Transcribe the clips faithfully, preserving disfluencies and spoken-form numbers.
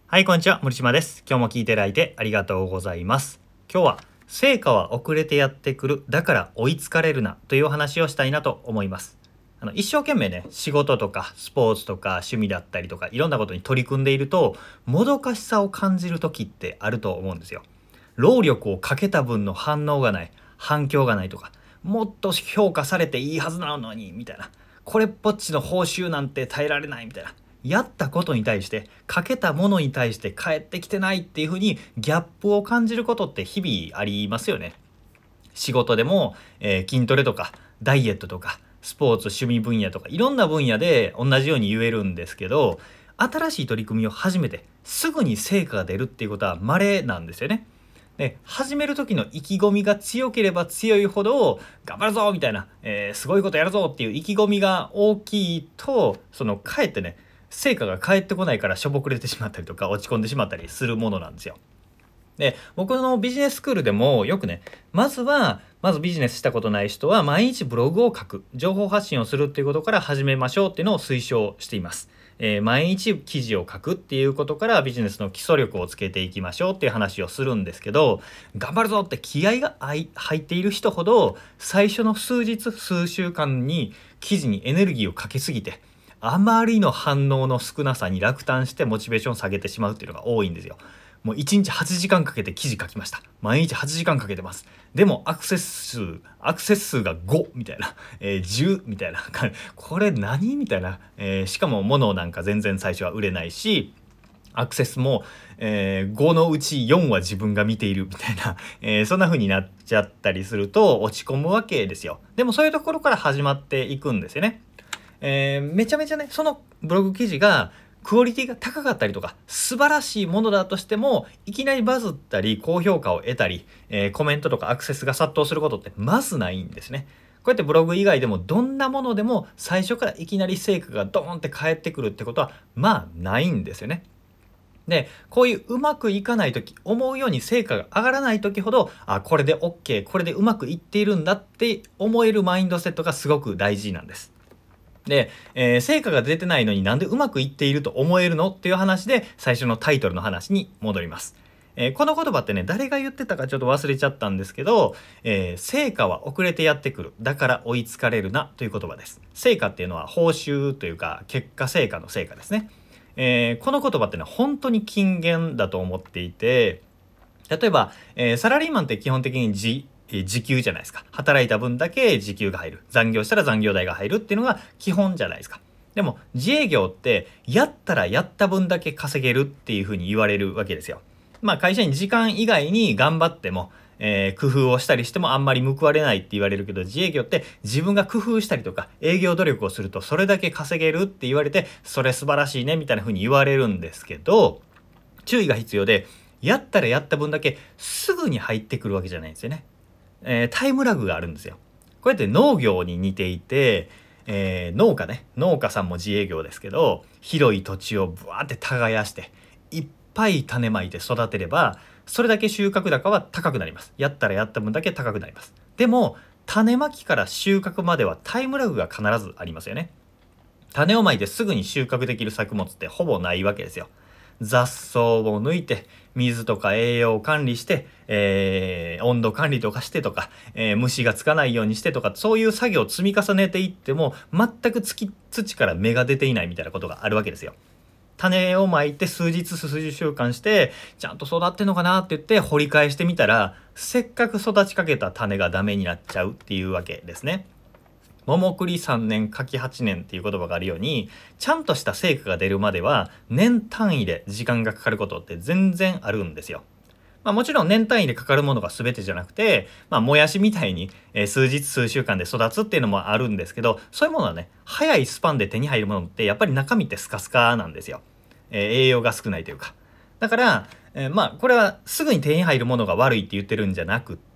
はい、こんにちは。森島です。今日も聞いていただいてありがとうございます。今日は成果は遅れてやってくる。だから追いつかれるなというお話をしたいなと思います。あの一生懸命ね、仕事とかスポーツとか趣味だったりとかいろんなことに取り組んでいると、もどかしさを感じる時ってあると思うんですよ。労力をかけた分の反応がない、反響がないとか、もっと評価されていいはずなのにみたいな、これっぽっちの報酬なんて耐えられないみたいな、やったことに対してかけたものに対して返ってきてないっていう風にギャップを感じることって日々ありますよね。仕事でも、えー筋トレとかダイエットとかスポーツ趣味分野とかいろんな分野で同じように言えるんですけど、新しい取り組みを始めてすぐに成果が出るっていうことは稀なんですよね。で、始める時の意気込みが強ければ強いほど頑張るぞみたいな、えーすごいことやるぞっていう意気込みが大きいと、そのかえってね、成果が返ってこないからしょぼくれてしまったりとか落ち込んでしまったりするものなんですよ。で、僕のビジネススクールでもよくね、まずは、まずビジネスしたことない人は毎日ブログを書く、情報発信をするっていうことから始めましょうっていうのを推奨しています。えー毎日記事を書くっていうことからビジネスの基礎力をつけていきましょうっていう話をするんですけど、頑張るぞって気合が入っている人ほど、最初の数日、数週間に記事にエネルギーをかけすぎて、あまりの反応の少なさに落胆してモチベーションを下げてしまうっていうのが多いんですよ。もういちにちはちじかんかけて記事書きました。毎日はちじかんかけてます。でもアクセス数、アクセス数がごみたいな、えー、じゅうみたいな。これ何みたいな、えーしかも物なんか全然最初は売れないし、アクセスも、えーごのうちよんは自分が見ているみたいな、えーそんな風になっちゃったりすると落ち込むわけですよ。でもそういうところから始まっていくんですよね。えーめちゃめちゃね、そのブログ記事がクオリティが高かったりとか素晴らしいものだとしても、いきなりバズったり高評価を得たり、えーコメントとかアクセスが殺到することってまずないんですね。こうやってブログ以外でもどんなものでも最初からいきなり成果がドーンって返ってくるってことはまあないんですよね。で、こういううまくいかない時、思うように成果が上がらない時ほど、あ、これで OK、これでうまくいっているんだって思えるマインドセットがすごく大事なんです。で、えー成果が出てないのになんでうまくいっていると思えるのっていう話で最初のタイトルの話に戻ります。えーこの言葉ってね、誰が言ってたかちょっと忘れちゃったんですけど、えー成果は遅れてやってくる。だから追いつかれるなという言葉です。成果っていうのは報酬というか結果成果の成果ですね。えーこの言葉ってね、本当に金言だと思っていて、例えば、えーサラリーマンって基本的に時、えー時給じゃないですか。働いた分だけ時給が入る。残業したら残業代が入るっていうのが基本じゃないですか。でも自営業ってやったらやった分だけ稼げるっていうふうに言われるわけですよ。まあ会社員時間以外に頑張っても、えー工夫をしたりしてもあんまり報われないって言われるけど、自営業って自分が工夫したりとか営業努力をするとそれだけ稼げるって言われて、それ素晴らしいねみたいな風に言われるんですけど、注意が必要で、やったらやった分だけすぐに入ってくるわけじゃないんですよね。えータイムラグがあるんですよ。こうやって農業に似ていて、えー農家ね、農家さんも自営業ですけど、広い土地をブワーって耕して、いっぱい種まいて育てれば、それだけ収穫高は高くなります。やったらやった分だけ高くなります。でも、種まきから収穫まではタイムラグが必ずありますよね。種をまいてすぐに収穫できる作物ってほぼないわけですよ。雑草を抜いて、水とか栄養を管理して、えー温度管理とかしてとか、えー虫がつかないようにしてとか、そういう作業を積み重ねていっても、全く土土から芽が出ていないみたいなことがあるわけですよ。種をまいて数日数週間して、ちゃんと育ってんのかなって言って掘り返してみたら、せっかく育ちかけた種がダメになっちゃうっていうわけですね。桃栗さんねん柿はちねんっていう言葉があるように、ちゃんとした成果が出るまでは年単位で時間がかかることって全然あるんですよ。まあ、もちろん年単位でかかるものが全てじゃなくて、まあ、もやしみたいに、えー数日数週間で育つっていうのもあるんですけど、そういうものはね、早いスパンで手に入るものってやっぱり中身ってスカスカなんですよ。えー栄養が少ないというか。だから、えーまあこれはすぐに手に入るものが悪いって言ってるんじゃなくって、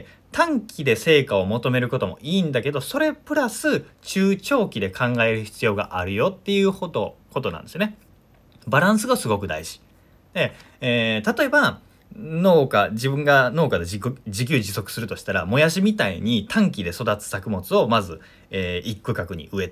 短期で成果を求めることもいいんだけど、それプラス中長期で考える必要があるよっていうことことなんですよね。バランスがすごく大事で、えー例えば農家自分が農家で自給自給自足するとしたら、もやしみたいに短期で育つ作物をまず、えー一区画に植えて、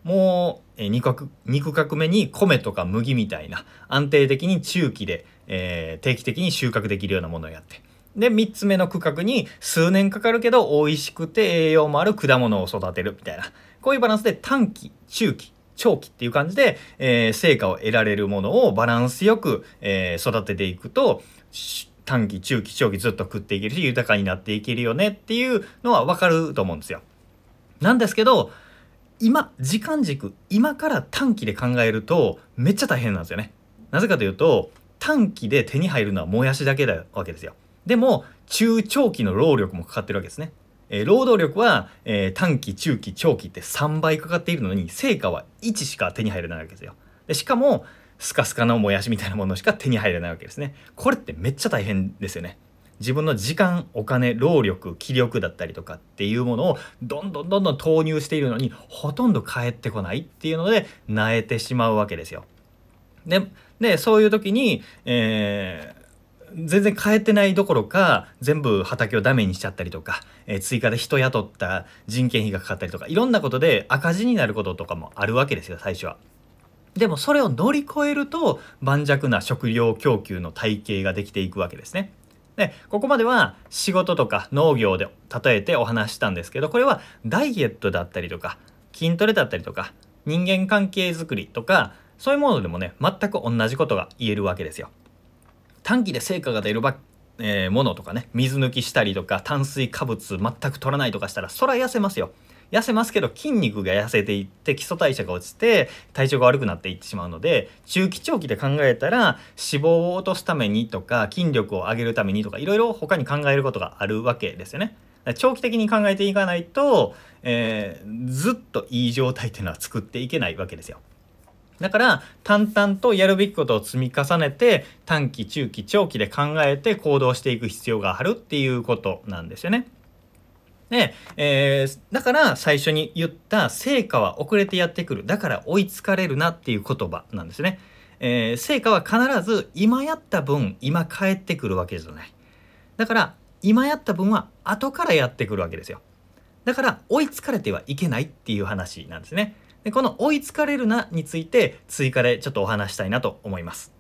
もう、えー、肉角肉角目に米とか麦みたいな安定的に中期で、えー、定期的に収穫できるようなものをやって、でみっつめの区画に数年かかるけど美味しくて栄養もある果物を育てるみたいな、こういうバランスで短期中期長期っていう感じで、えー、成果を得られるものをバランスよく、えー、育てていくと短期中期長期ずっと食っていけるし豊かになっていけるよねっていうのは分かると思うんですよ。なんですけど今時間軸今から短期で考えるとめっちゃ大変なんですよね。なぜかというと短期で手に入るのはもやしだけだわけですよ。でも中長期の労力もかかってるわけですね。えー、労働力は、えー、短期中期長期ってさんばいかかっているのに成果はいちしか手に入らないわけですよ。でしかもスカスカのもやしみたいなものしか手に入らないわけですね。これってめっちゃ大変ですよね。自分の時間お金労力気力だったりとかっていうものをどんどんどんどん投入しているのにほとんど返ってこないっていうので萎えてしまうわけですよ。ででそういう時に、えー全然変えてないどころか全部畑をダメにしちゃったりとか、えー追加で人雇った人件費がかかったりとかいろんなことで赤字になることとかもあるわけですよ最初は。でもそれを乗り越えると盤石な食料供給の体系ができていくわけですね。でここまでは仕事とか農業で例えてお話ししたんですけど、これはダイエットだったりとか筋トレだったりとか人間関係づくりとかそういうものでもね全く同じことが言えるわけですよ。短期で成果が出るば、えーものとかね水抜きしたりとか炭水化物全く取らないとかしたらそら痩せますよ。痩せますけど筋肉が痩せていって基礎代謝が落ちて体調が悪くなっていってしまうので、中期長期で考えたら脂肪を落とすためにとか筋力を上げるためにとかいろいろ他に考えることがあるわけですよね。長期的に考えていかないと、えーずっといい状態っていうのは作っていけないわけですよ。だから淡々とやるべきことを積み重ねて短期中期長期で考えて行動していく必要があるっていうことなんですよね。で、えーだから最初に言った成果は遅れてやってくるだから追いつかれるなっていう言葉なんですね。えー成果は必ず今やった分今返ってくるわけじゃない。だから今やった分は後からやってくるわけですよ。だから追いつかれてはいけないっていう話なんですね。でこの追いつかれるなについて追加でちょっとお話したいなと思います。